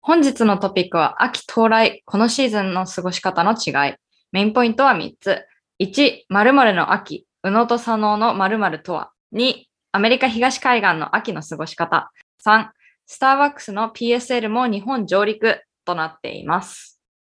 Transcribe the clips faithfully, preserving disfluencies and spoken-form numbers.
本日のトピックは秋到来、このシーズンの過ごし方の違い。メインポイントはみっつ。いち、〇〇の秋、宇野と左脳の〇〇とは。に、アメリカ東海岸の秋の過ごし方。さん、スターバックスの ピーエスエル も日本上陸となっています。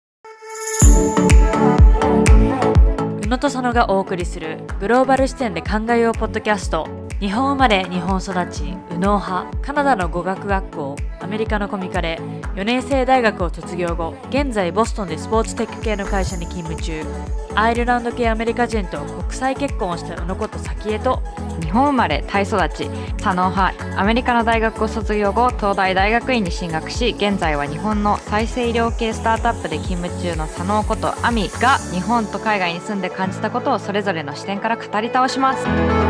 宇野と佐野がお送りするグローバル視点で考えようポッドキャスト。日本生まれ日本育ち右脳派、カナダの語学学校、アメリカのコミカレ、よねん生大学を卒業後、現在ボストンでスポーツテック系の会社に勤務中。アイルランド系アメリカ人と国際結婚をした宇野こと早紀江と、 日本生まれタイ育ち左脳派、アメリカの大学を卒業後、東大大学院に進学し、現在は日本の再生医療系スタートアップで勤務中の左脳ことアミが、日本と海外に住んで感じたことをそれぞれの視点から語り倒します。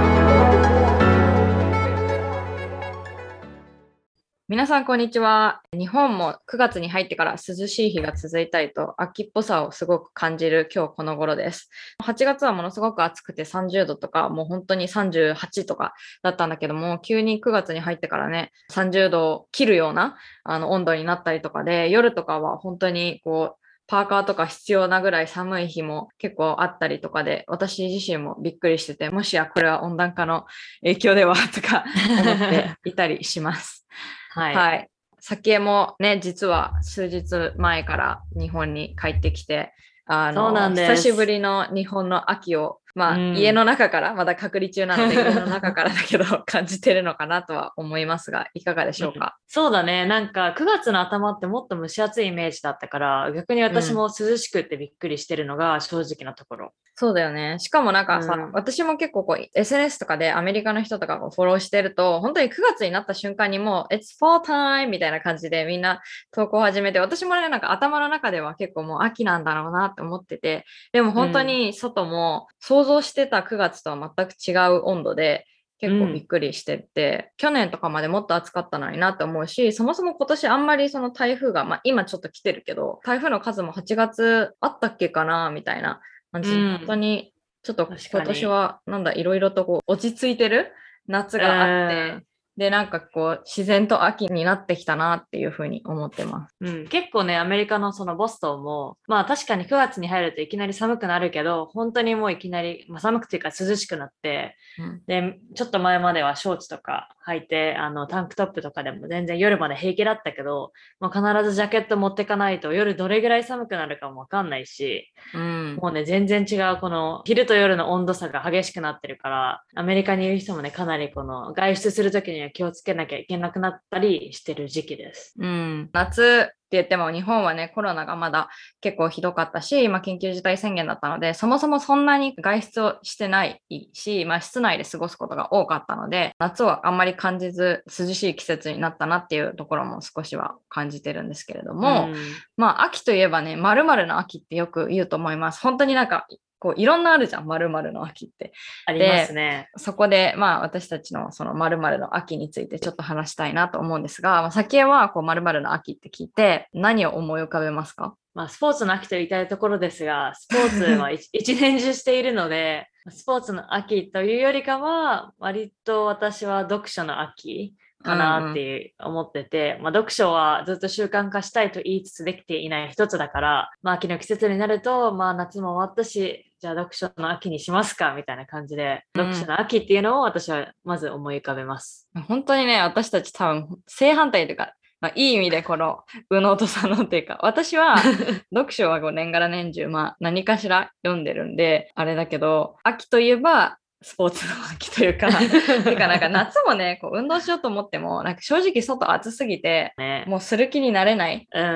皆さんこんにちは。日本もくがつに入ってから涼しい日が続いたりと秋っぽさをすごく感じる今日この頃です。はちがつはものすごく暑くてさんじゅうどとかもう本当にさんじゅうはちとかだったんだけども、急にくがつに入ってからねさんじゅうどを切るようなあの温度になったりとかで、夜とかは本当にこうパーカーとか必要なぐらい寒い日も結構あったりとかで、私自身もびっくりしてて、もしやこれは温暖化の影響ではとか思っていたりします。はい、はい。早紀江もね、実は数日前から日本に帰ってきて、あの、そうなんです。久しぶりの日本の秋を、まあ、うん、家の中から、まだ隔離中なので家の中からだけど感じてるのかなとは思いますが、いかがでしょうか。 うん、そうだね。なんかくがつの頭ってもっと蒸し暑いイメージだったから、逆に私も涼しくってびっくりしてるのが正直なところ。 そうだよね。しかもなんかさ、うん、私も結構こう エスエヌエス とかでアメリカの人とかをフォローしてると、本当にくがつになった瞬間にもう It's fall time みたいな感じでみんな投稿を始めて、私もね、なんか頭の中では結構もう秋なんだろうなって思ってて、でも本当に外も想像してたくがつとは全く違う温度で、結構びっくりしてて、うん、去年とかまでもっと暑かったのになって思うし、そもそも今年あんまりその台風が、まあ今ちょっと来てるけど、台風の数もはちがつあったっけかなみたいな感じ、うん、本当にちょっと今年はなんだいろいろとこう落ち着いてる夏があって、でなんかこう自然と秋になってきたなっていうふうに思ってます、 うん、結構ねアメリカのそのボストンもまあ確かにくがつに入るといきなり寒くなるけど、本当にもういきなり、まあ、寒くていうか涼しくなって、うん、でちょっと前まではショーツとか履いてあのタンクトップとかでも全然夜まで平気だったけど、もう必ずジャケット持ってかないと夜どれぐらい寒くなるかもわかんないし、うん、もうね全然違うこの昼と夜の温度差が激しくなってるから、アメリカにいる人もねかなりこの外出するときには気をつけなきゃいけなくなったりしてる時期です。 うん、夏って言っても日本はねコロナがまだ結構ひどかったし、まあ、緊急事態宣言だったのでそもそもそんなに外出をしてないし、まあ、室内で過ごすことが多かったので、夏はあんまり感じず涼しい季節になったなっていうところも少しは感じてるんですけれども、うん、まあ秋といえばね〇〇の秋ってよく言うと思います。本当になんかこういろんなあるじゃん、〇〇の秋って。 ありますね。 そこで、まあ、私たちのその〇〇の秋についてちょっと話したいなと思うんですが、まあ、早紀江はこう〇〇の秋って聞いて何を思い浮かべますか？ まあ、スポーツの秋と言いたいところですが、スポーツは一年中しているので、スポーツの秋というよりかは、割と私は読書の秋かなって思ってて、うんうん、まあ、読書はずっと習慣化したいと言いつつできていない一つだから、まあ、秋の季節になると、まあ、夏も終わったし、じゃあ読書の秋にしますかみたいな感じで、うん、読書の秋っていうのを私はまず思い浮かべます。 本当にね、私たち多分正反対というか、まあ、いい意味でこの右脳と左脳っていうか、私は読書は年がら年中、まあ、何かしら読んでるんであれだけど、秋といえばスポーツの秋というかてかなんか夏もねこう運動しようと思ってもなんか正直外暑すぎて、ね、もうする気になれないから、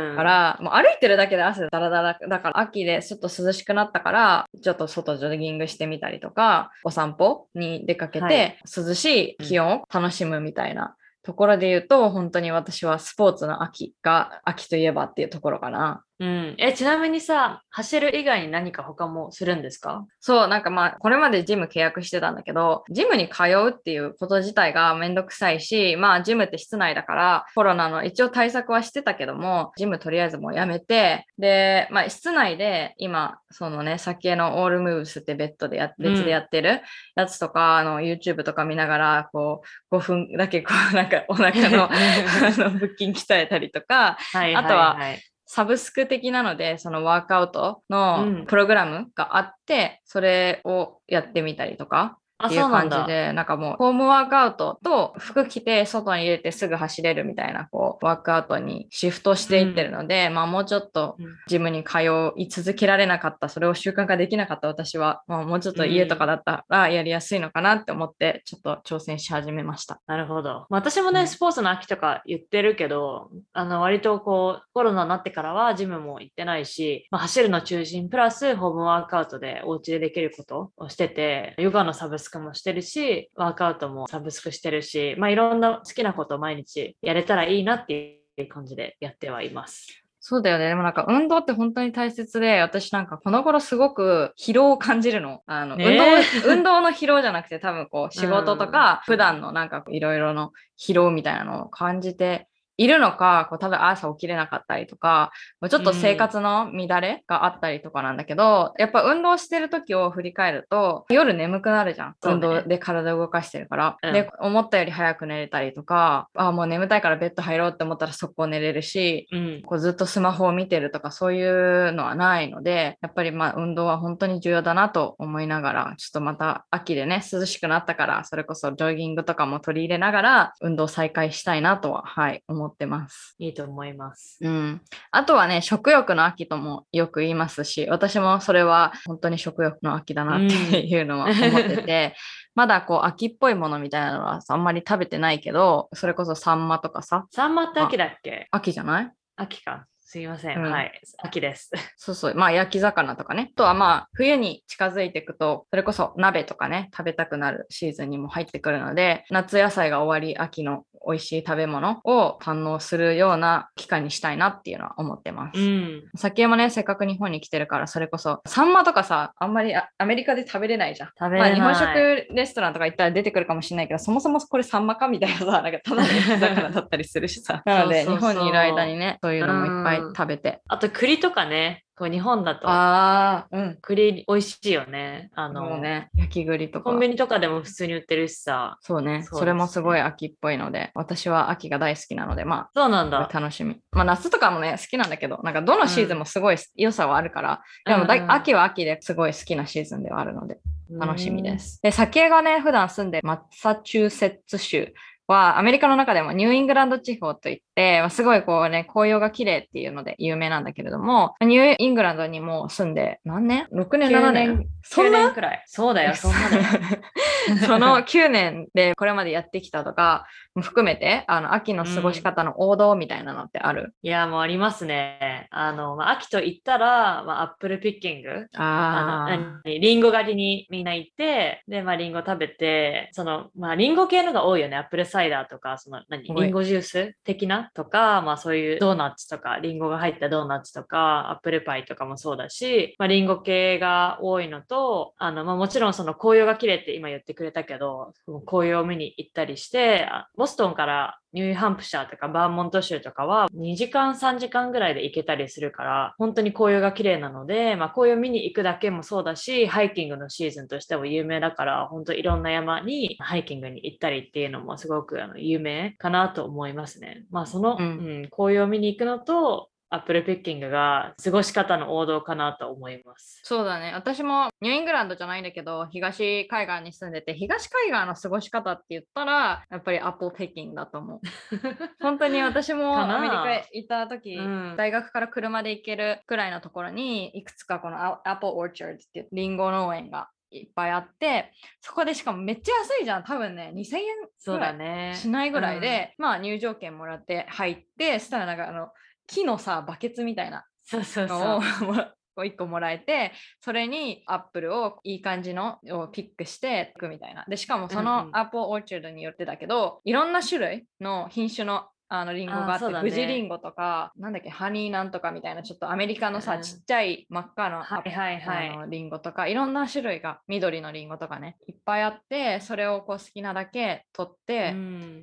うん、もう歩いてるだけで汗だらだらだから、秋でちょっと涼しくなったからちょっと外ジョギングしてみたりとかお散歩に出かけて、はい、涼しい気温を楽しむみたいな、うん、ところで言うと本当に私はスポーツの秋が秋といえばっていうところかな。 うん。え、ちなみにさ、走る以外に何か他もするんですか？ そう、なんかまあ、これまでジム契約してたんだけど、ジムに通うっていうこと自体がめんどくさいし、まあ、ジムって室内だから、コロナの一応対策はしてたけども、ジムとりあえずもうやめて、で、まあ、室内で今、そのね、先のオールムーブスってベッドでや、別でやってるやつとか、あの、YouTube とか見ながら、こう、ごふんだけこう、なんかお腹のあの腹筋鍛えたりとか、 はいあとは、 はいはい。 サブスク的なので、そのワークアウトのうん。 プログラムがあって、それをやってみたりとかっあ、 ていうそうなんだ。 感じで、なんかもう、ホームワークアウトと服着て外に入れてすぐ走れるみたいな、こう、ワークアウトにシフトしていってるうん。 ので、まあもうちょっとうん。 ジムに通い続けられなかった、それを習慣化できなかった私は、まあもうちょっうと家とかん。 だったらやりやすいのかなって思って、ちょっと挑戦し始めました。 なるほど。まあ私もね、 うん。 スポーツの秋とか言ってるけど、あの、割とこう、コロナになってからはジムも行ってないし、まあ、走るの中心プラスホームワークアウトでお家でできることをしてて、ヨガのサブスクもしてるし、ワークアウトもサブスクしてるし、まあいろんな好きなことを毎日やれたらいいなっていう感じでやってはいます。 そうだよね。でもなんか運動って本当に大切で、私なんかこの頃すごく疲労を感じるの。あの、運動、 ね運え。 動の疲労じゃなくて多分こうう仕事とん。 か普段のなんかいろいろの疲労みたいなのを感じているのか、こう多分朝起きれなかったりとか、ちょっうと生ん。 活の乱れがあったりとかなんだけど、やっぱ運動してる時を振り返ると夜眠くなるじゃん。運動そうね。 で体を動かしてるから。で、 うん。 思ったより早く寝れたりとか、あ、もう眠たいからベッド入ろうって思ったら速攻寝れるし、 うん。 こうずっとスマホを見てるとかそういうのはないので、やっぱりまあ運動は本当に重要だなと思いながら、ちょっとまた秋でね、涼しくなったから、それこそジョギングとかも取り入れながら、運動再開したいなとは、はい、思ってます。 いいと思います。 うん。あとはね、食欲の秋ともよく言いますし、私もそれは本当に食欲の秋だうなってん。 いうのは思ってて、まだこう秋っぽいものみたいなのはあんまり食べてないけど、それこそサンマとかさ、 サンマって秋まだっけ？ あ、秋じゃない？ 秋か。すいません。はうん。 い。秋です。 そうそう。まあ、焼き魚とかね。あとはまあ、冬に近づいていくと、それこそ鍋とかね、食べたくなるシーズンにも入ってくるので、夏野菜が終わり、秋の美味しい食べ物を堪能するような期間にしたいなっていうのは思ってまうす。 ん。 先もね、せっかく日本に来てるから、それこそ、サンマとかさ、あんまりあアメリカで食べれないじゃん。まあ、 食べれ日本食ない。 レストランとか行ったら出てくるかもしれないけど、そもそもこれサンマかみたいなさ、なんかただの焼き魚だったりするしさ。なので、日そうそう本にいる間そにね、そういうう。うのもいっぱいん。 食べて。 あと栗とかね。こう日本だとああ、うん。 栗美味しいよね。あの、 もうね、焼き栗とか。 コンビニとかでも普通に売ってるしさ。 そうね、 そうそれもすごいですね。 秋っぽいので、私は秋が大好きなので、まあ、 そうなんすごいだ。 楽しみ。まあ、夏とかもね、好きなんだけど、なんかどのシーズンもうん。 すごい良さはあるから、 うでもだいん秋は秋ですごい好きなシーズンではあるので、 うん。 楽しみうーん。 です。で、酒がね、普段住んでマサチューセッツ州は、アメリカの中でもニューイングランド地方といって、まあすごいこうね、紅葉が綺麗っていうので有名なんだけれども、ニューイングランドにも住んで何年？ ろく 年、 9 ななねん年、9 そんな？ 年くらい。そうだよ、そんなだよ。 そのきゅうねんでこれまでやってきたとかも含めて、あの、秋の過ごしうん。 方の王道みたいなのってある？ いや、もうありますね。あの、まあ、秋と言ったら、まあ、アップルピッキング。あの、 あ何リンゴ狩りにみんな行って、で、まあ、リンゴ食べて、その、まあ、リンゴ系のが多いよね。アップルサイダーとか、その、 ー、すごい。 何リンゴジュース的なとか、まあ、そういうドーナツとか、リンゴが入ったドーナツとか、アップルパイとかもそうだし、まあ、リンゴ系が多いのと、あの、まあ、もちろんその紅葉が綺麗って今言ってくれたけど、紅葉を見に行ったりして、あボストンからニューハンプシャーとかバーモント州とかはにじかんさんじかんぐらいで行けたりするから本当に紅葉が綺麗なので、まあ、紅葉見に行くだけもそうだしハイキングのシーズンとしても有名だから本当いろんな山にハイキングに行ったりっていうのもすごくあの有名かなと思いますね。まあその、ううん。 ん、紅葉を見に行くのとアップルピッキングが過ごし方の王道かなと思います。 そうだね。私もニューイングランドじゃないんだけど、東海岸に住んでて、東海岸の過ごし方って言ったら、やっぱりアップルピッキングだと思う。本当に私かもアメリカな行ったう時、 ん。 大学から車で行けるくらいのところに、いくつかこのアップルオーチャードっていうリンゴ農園がいっぱいあって、そこでしかもめっちゃ安いじゃん。多分ね、にせんえんそうだぐらいしね。 ないぐうん。 らいで、まあ入場券もらって入って、そしたらなんかあの、木のさ、バケツみたいなそうそうそのをう。 いっこもらえて、それにアップルをいい感じのをピックしていくみたいな。で、しかもそうんうん。 のアップルオーチャードによってだけど、いろんな種類の品種のあのリンゴがあって、 あ、 富士リンゴとか、なんだっけ、ハニーなんとかみたいな、ちょっとアメリカのさ、うん、ちっちゃい真っ赤の、 はいはいはい、 あのリンゴとか、いろんな種類が、緑のリンゴとかね、いっぱいあって、それをこう好きなだけ取って、うん、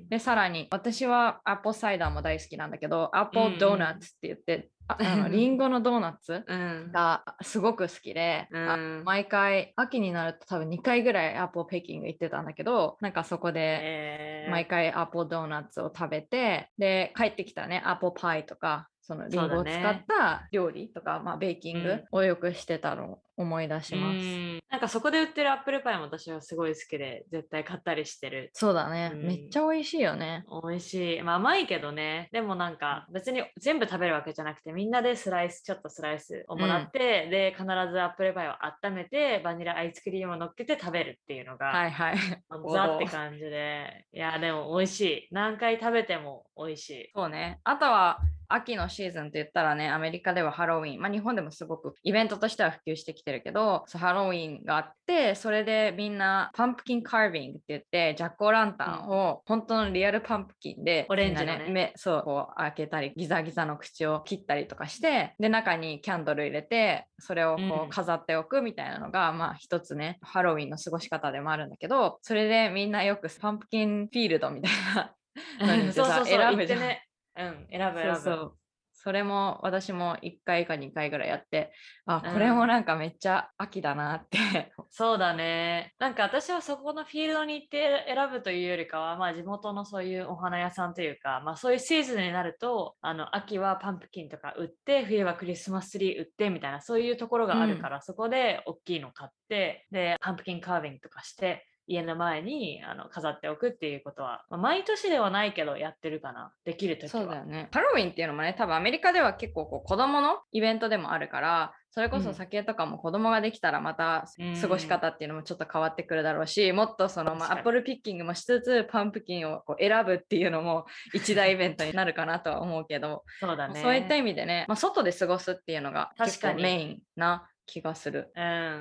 で、さらに、私はアップルサイダーも大好きなんだけど、アップルドーナツって言って、ああのリンゴのドーナツがすごく好きで、うん、あ毎回秋になると多分にかいぐらいアップルペッキング行ってたんだけど、なんかそこで毎回アップルドーナツを食べて、で帰ってきたねアップルパイとかそのリンゴを使った料理とか、ねまあ、ベーキングをよくしてたのを思い出します、うん、 なんかそこで売ってるアップルパイも私はすごい好きで絶対買ったりしてる。 そうだね、うん、めっちゃ美味しいよね。 美味しい。まあ甘いけどね。でもなんか別に全部食べるわけじゃなくてみんなでスライスちょっとスライスをもらって、うん、で必ずアップルパイを温めてバニラアイスクリームを乗っけて食べるっていうのがはいはいザって感じで、いやでも美味しい。何回食べても美味しい。 そうね。あとは秋のシーズンって言ったらね、アメリカではハロウィン、まあ日本でもすごくイベントとしては普及してきてるけど、ハロウィンがあって、それでみんなパンプキンカービングって言って、ジャックオーランタンを本当のリアルパンプキンで、 オレンジのね、目、そう、こう開けたり、ギザギザの口を切ったりとかして、で、中にキャンドル入れて、それをこう飾っておくみたいなのが、うん、まあ一つね、ハロウィンの過ごし方でもあるんだけど、それでみんなよくパンプキンフィールドみたいなそうそうそう、選ぶじゃん。ね、うん、選ぶ選ぶ。 そうそう。それも私もいっかいかにかいぐらいやって、あ、これもなんかめっちゃ秋だなって、 うん。そうだね。なんか私はそこのフィールドに行って選ぶというよりかは、まあ地元のそういうお花屋さんというか、まあそういうシーズンになると、あの秋はパンプキンとか売って、冬はクリスマスツリー売ってみたいな、そういうところがあるから、うん、そこで大きいの買って、で、パンプキンカービングとかして、家の前にあの飾っておくっていうことは、まあ、毎年ではないけどやってるかな。できるときは。 そうだよね。ハロウィンっていうのもね、多分アメリカでは結構こう子供のイベントでもあるから、それこそ酒とかも子供ができたらまた過ごし方っていうのもちょっと変わってくるだろうし、うん、もっとその、まあ、アップルピッキングもしつつパンプキンをこう選ぶっていうのも一大イベントになるかなとは思うけど、 そうだね。 そういった意味でね、まあ、外で過ごすっていうのが結構メインな気がする。 うん。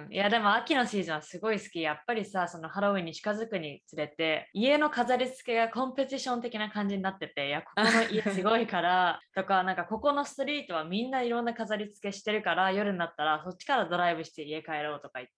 いや、でも秋のシーズンはすごい好き。やっぱりさ、そのハロウィンに近づくにつれて、家の飾り付けがコンペティション的な感じになってて、いや、ここの家すごいから、とか、なんかここのストリートはみんないろんな飾り付けしてるから、夜になったらそっちからドライブして家帰ろうとか言って、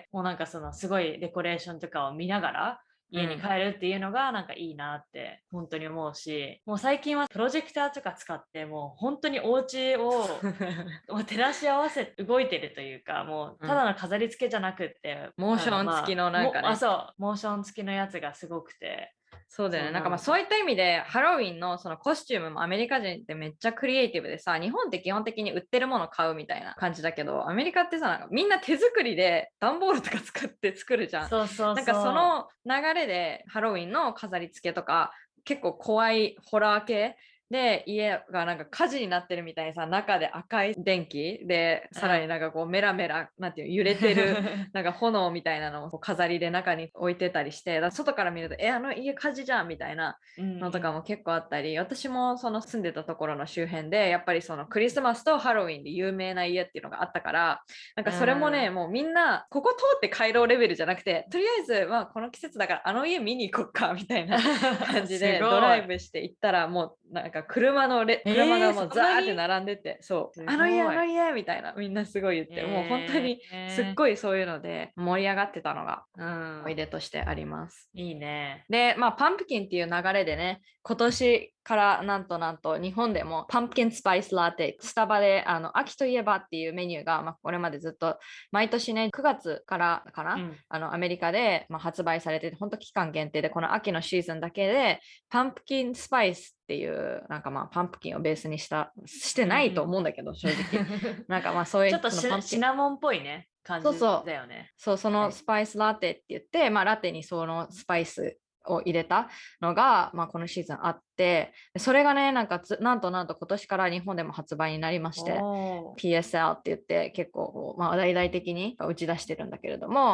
もうなんかそのすごいデコレーションとかを見ながら、家に帰るっていうのがなんかいいなって本当に思うし、もう最近はプロジェクターとか使ってもう本当にお家を照らし合わせ動いてるというか、もうただの飾り付けじゃなくって、 うん、モーション付きのなんかね、 まあ、あ、そう、モーション付きのやつがすごくて。 そうだよね。なんかまあそういった意味でハロウィンのそのコスチュームもアメリカ人ってめっちゃクリエイティブでさ、日本って基本的に売ってるもの買うみたいな感じだけど、アメリカってさ、なんかみんな手作りで段ボールとか使って作るじゃん。 そうそうそう。 なんかその流れでハロウィンの飾り付けとか結構怖いホラー系で、家がなんか火事になってるみたいにさ、中で赤い電気で、さらになんかこうメラメラ、なんていう揺れてる、なんか炎みたいなのをこう飾りで中に置いてたりして、だ外から見ると、え、あの家火事じゃんみたいなのとかも結構あったり、うんうん、私もその住んでたところの周辺で、やっぱりそのクリスマスとハロウィンで有名な家っていうのがあったから、なんかそれもね、うん、もうみんな、ここ通って帰ろうレベルじゃなくて、とりあえず、まあこの季節だからあの家見に行こっか、みたいな感じでドライブして行ったら、もうなんか車のレ車がもうザーって並んでて、えー、そうあの家あの家みたいなみんなすごい言って、えー、もう本当にすっごいそういうので盛り上がってたのが思い出としてあります、 うん、いいね。 でまあパンプキンっていう流れでね、今年からなんとなんと日本でもパンプキンスパイスラテ、スタバであの秋といえばっていうメニューが、まあ、これまでずっと毎年ねくがつからかな、うん、あのアメリカで、まあ、発売されてて、本当期間限定でこの秋のシーズンだけでパンプキンスパイスっていうなんかまあパンプキンをベースにしたしてないと思うんだけど、うん、正直なんかまあそういうちょっとシナモンっぽいね感じだよね。 そうそう、そのスパイスラテって言って、はい、まあラテにそのスパイスを入れたのが、まあ、このシーズンあって、それがね、なんかなんとなんと今年から日本でも発売になりまして、ピーエスエル って言って結構、まあ、大々的に打ち出してるんだけれども、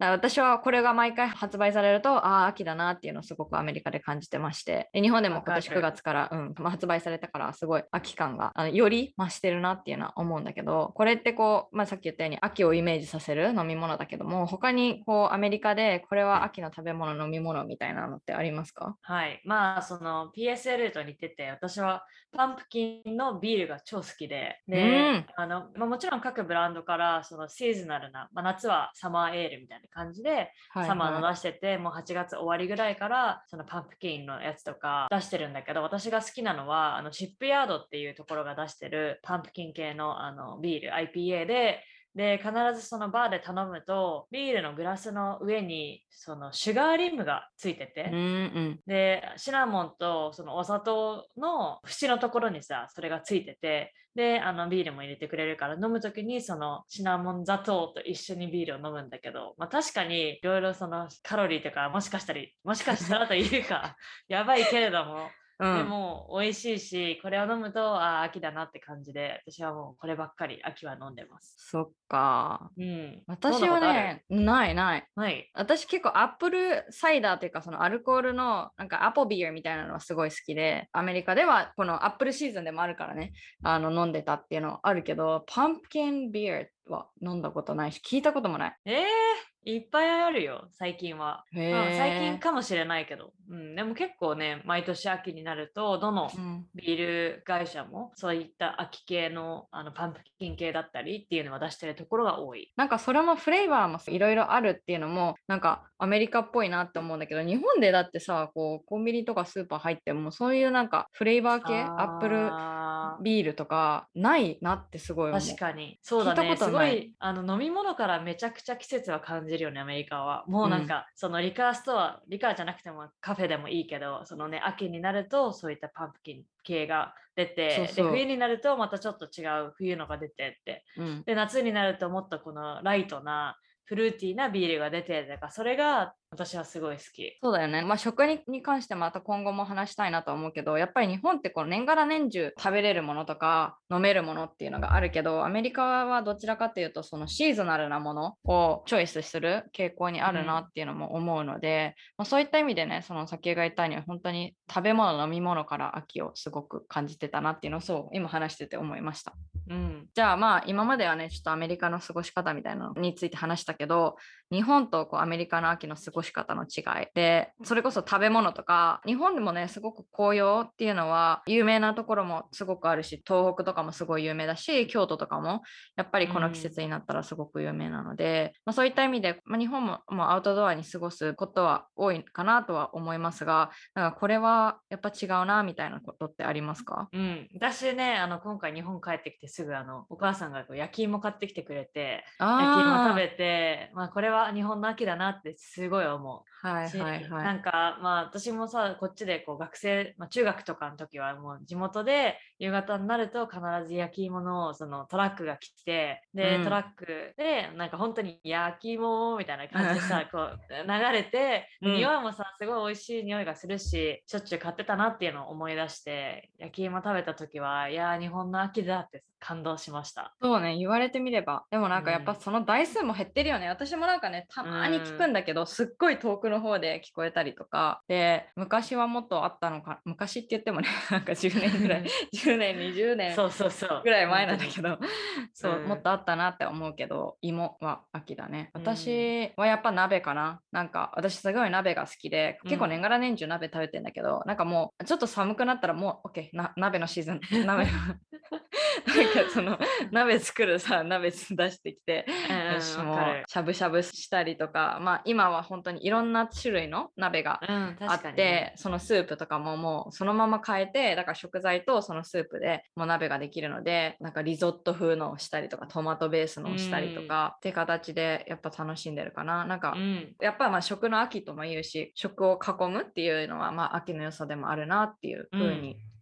私はこれが毎回発売されると、ああ、秋だなっていうのをすごくアメリカで感じてまして、で日本でも今年くがつから、うんまあ、発売されたから、すごい秋感があのより増してるなっていうのは思うんだけど、これってこう、まあ、さっき言ったように秋をイメージさせる飲み物だけども、他にこうアメリカでこれは秋の食べ物、飲み物みたいなのってありますか？ はい。まあ、その ピーエスエル と似てて、私はパンプキンのビールが超好きで、 うで、 ん。 あの、まあ、もちろん各ブランドからそのシーズナルな、まあ、夏はサマーエールみたいな感じで、サマーはいはい。 の出してて、もうはちがつ終わりぐらいからそのパンプキンのやつとか出してるんだけど、私が好きなのは、あの、シップヤードっていうところが出してるパンプキン系のあのビール、アイピーエー で、で、必ずそのバーで頼むと、ビールのグラスの上に、そのシュガーリムがついてうんて、 うん。 で、シナモンとそのお砂糖の縁のところにさ、それがついてて、で、あのビールも入れてくれるから飲むときにそのシナモン砂糖と一緒にビールを飲むんだけど、まあ確かにいろいろそのカロリーとかもしかしたり、もしかしたらというか、やばいけれども、でうん。 も美味しいし、これを飲むと、ああ、秋だなって感じで、私はもうこればっかり秋は飲んでます。 そっか。 うん。飲ん私だことある？ はね、ないない。 はい。 私結構アップルサイダーというかそのアルコールのなんかアポビールみたいなのはすごい好きで、アメリカではこのアップルシーズンでもあるからね、あの飲んでたっていうのはあるけど、パンプキンビールは飲んだことないし、聞いたこともない。 ええー、いっぱいあるよ、最近は。 へまあ、最近え。 かもしれないけど。うん、でも結構ね、毎年秋になると、どのうん。 ビール会社も、そういった秋系の、あのパンプキン系だったりっていうのを出してるところが多い。 なんかそれもフレーバーもいろいろあるっていうのもなんかアメリカっぽいなって思うんだけど、日本でだってさ、こうコンビニとかスーパー入ってもそういうなんかフレーバー系アップルあー、 ビールとかないなってすごい思う。 確かに。そう聞いたこだね。 とない。 すごい、あの、飲み物からめちゃくちゃ季節は感じるよね、アメリカは。もううん。 なんか、そのリカーストア、リカーじゃなくてもカフェでもいいけど、そのね、秋になるとそういったパンプキン系が出て、で、冬そうそになるとまたちょっと違う冬のが出てって。 う。うん。 で、夏になるともっとこのライトな、フルーティーなビールが出て、だからそれが私はすごい好き。 そうだよね。まあ食に、に関してまた今後も話したいなとは思うけど、やっぱり日本ってこの年がら年中食べれるものとか飲めるものっていうのがあるけど、アメリカはどちらかというとそのシーズナルなものをチョイスする傾向にあるなうん。 っていうのも思うので、まあ、そういった意味でね、その先が言ったように本当に食べ物、飲み物から秋をすごく感じてたなっていうのをそう今話してて思いました。 うん。 じゃあまあ今まではね、ちょっとアメリカの過ごし方みたいなのについて話したけど、日本とこうアメリカの秋の過ごし方の違いで、それこそ食べ物とか、日本でもね、すごく紅葉っていうのは有名なところもすごくあるし、東北とかもすごい有名だし、京都とかもやっぱりうこの季ん。 節になったらすごく有名なので、まあ、そういった意味で、まあ、日本ももうアウトドアに過ごすことは多いかなとは思いますが、なんかこれはやっぱ違うなみたいなことってありますか？ うん。私ね、あの、今回日本帰ってきてすぐ、あの、お母さんがこう焼き芋買ってきてくれて、焼き芋食べあて、まあ、これは日本の秋だなってすごい思あー、はう。 いはいし、 はい。 なんか、まあ、私もさ、こっちでこう学生、まあ、中学とかの時はもう地元で夕方になると必ず焼き芋のそのトラックが来て、で、トうん。 ラックで、なんか本当に焼き芋みたいな感じでさ、こう流れて、 うん。 匂いもさ、すごい美味しい匂いがするし、しょっちゅう買ってたなっていうのを思い出して、焼き芋食べた時は、いやー、日本の秋だって感動しました。 そうね、言われてみれば。でもなんかやっぱうん。 その台数も減ってるよね。私もなんかね、たうまに聞くん。 んだけど、すっごい遠くの方で聞こえたりとか。で、昔はもっとあったのか、昔って言ってもね、なんかじゅうねんぐらい、じゅうねん、にじゅうねんそうそうそう。 ぐらい前本当に。 なんだけど、そう、もっうん。 とあったなって思うけど、芋は秋だね。 うん。 私はやっぱ鍋かな。なんか私すごい鍋が好きで、結構年うん。 がら年中鍋食べてんだけど、なんかもうちょっと寒くなったらもう、OK、な鍋のシーズン、鍋のなんかその鍋作るさ、鍋出してきて、 うん、 よし、もうわかる。 しゃぶしゃぶしたりとか、まあ今は本当にいろんな種類の鍋がうん、 あ確かにね。 って、そのスープとかももうそのまま変えて、だから食材とそのスープでもう鍋ができるので、なんかリゾット風のをしたりとか、トマトベースうのをしたりとん。 か、っていう形でやっぱ楽しんでるかな。なんか、 うん。 やっぱまあ食の秋とも言うし、食を囲むっていうのはまあ秋の良さでもあるなっていううん。 風に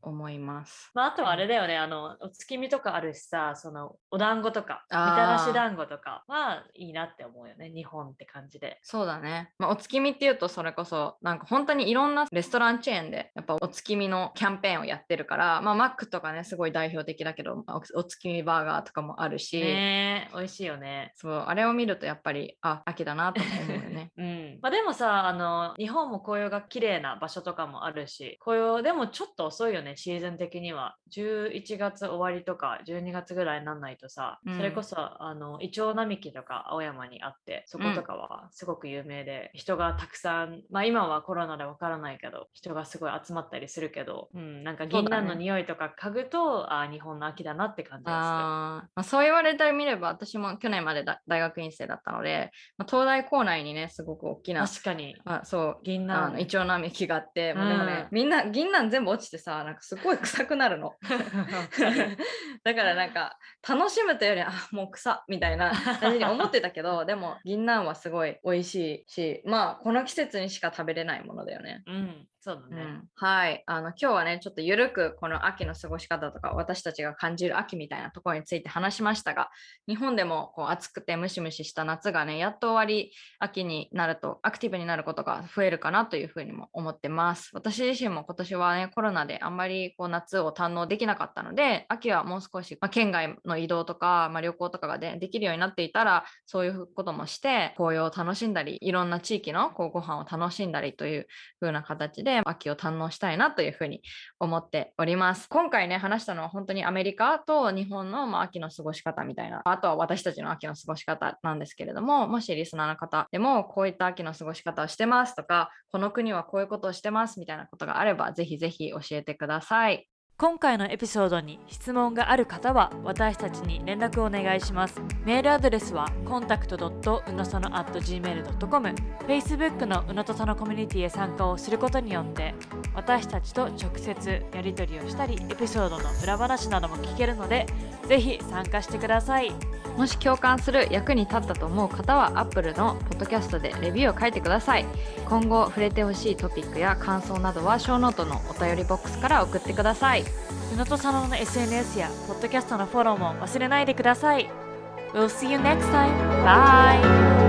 思います。 まあ、あとはあれだよね、あのお月見とかあるしさ、そのお団子とかみたらし団子とかはいいなって思うよね、日本って感じで。 そうだね、まあ、お月見っていうとそれこそなんか本当にいろんなレストランチェーンでやっぱお月見のキャンペーンをやってるから、まあ、マックとかねすごい代表的だけど、まあ、お月見バーガーとかもあるしねえ、美味しいよね。 そう、あれを見るとやっぱりあ秋だなとも思うよね。 うん、まあ、でもさ、あの日本も紅葉が綺麗な場所とかもあるし、紅葉でもちょっと遅いよね、シーズン的には。じゅういちがつ終わりとかじゅうにがつぐらいになんないとさ、うん、それこそあのイチョウ並木とか青山にあって、そことかはすごく有名で、うん、人がたくさん、まあ今はコロナでわからないけど人がすごい集まったりするけど、うん、なんか銀杏の匂いとか嗅ぐと、ね、あ日本の秋だなって感じがする。 あ、まあ、そう言われてみれば私も去年まで大学院生だったので、まあ、東大構内にねすごく大きな、 確かに、 あ、そう銀杏イチョウ並木があって、うん、でもねみんな銀杏全部落ちてさ、なんかすごい臭くなるのだからなんか楽しむというよりあもう草みたいな感じに思ってたけどでも銀杏はすごい美味しいし、まあこの季節にしか食べれないものだよね。 うん、そうだね、うん、 はい、あの今日はねちょっとゆるくこの秋の過ごし方とか私たちが感じる秋みたいなところについて話しましたが、日本でもこう暑くてムシムシした夏がねやっと終わり、秋になるとアクティブになることが増えるかなというふうにも思ってます。私自身も今年はねコロナであんまりこう夏を堪能できなかったので、秋はもう少し、まあ、県外の移動とか、まあ、旅行とかが、ね、できるようになっていたらそういうこともして紅葉を楽しんだり、いろんな地域のこうご飯を楽しんだりという風な形で秋を堪能したいなというふうに思っております。今回ね話したのは本当にアメリカと日本の、まあ、秋の過ごし方みたいな、あとは私たちの秋の過ごし方なんですけれども、もしリスナーの方でもこういった秋の過ごし方をしてますとか、この国はこういうことをしてますみたいなことがあればぜひぜひ教えてください。 今回のエピソードに質問がある方は私たちに連絡をお願いします。メールアドレスは コンタクト ドット うのその アット ジーメール ドット コム、 Facebook のうのとそのコミュニティへ参加をすることによって私たちと直接やり取りをしたり、エピソードの裏話なども聞けるのでぜひ参加してください。 もし共感する、役に立ったと思う方は Apple のポッドキャストでレビューを書いてください。今後触れてほしいトピックや感想などはショーノートのお便りボックスから送ってください。 うのとさのの エスエヌエス やポッドキャストのフォローも忘れないでください。We'll see you next time. Bye!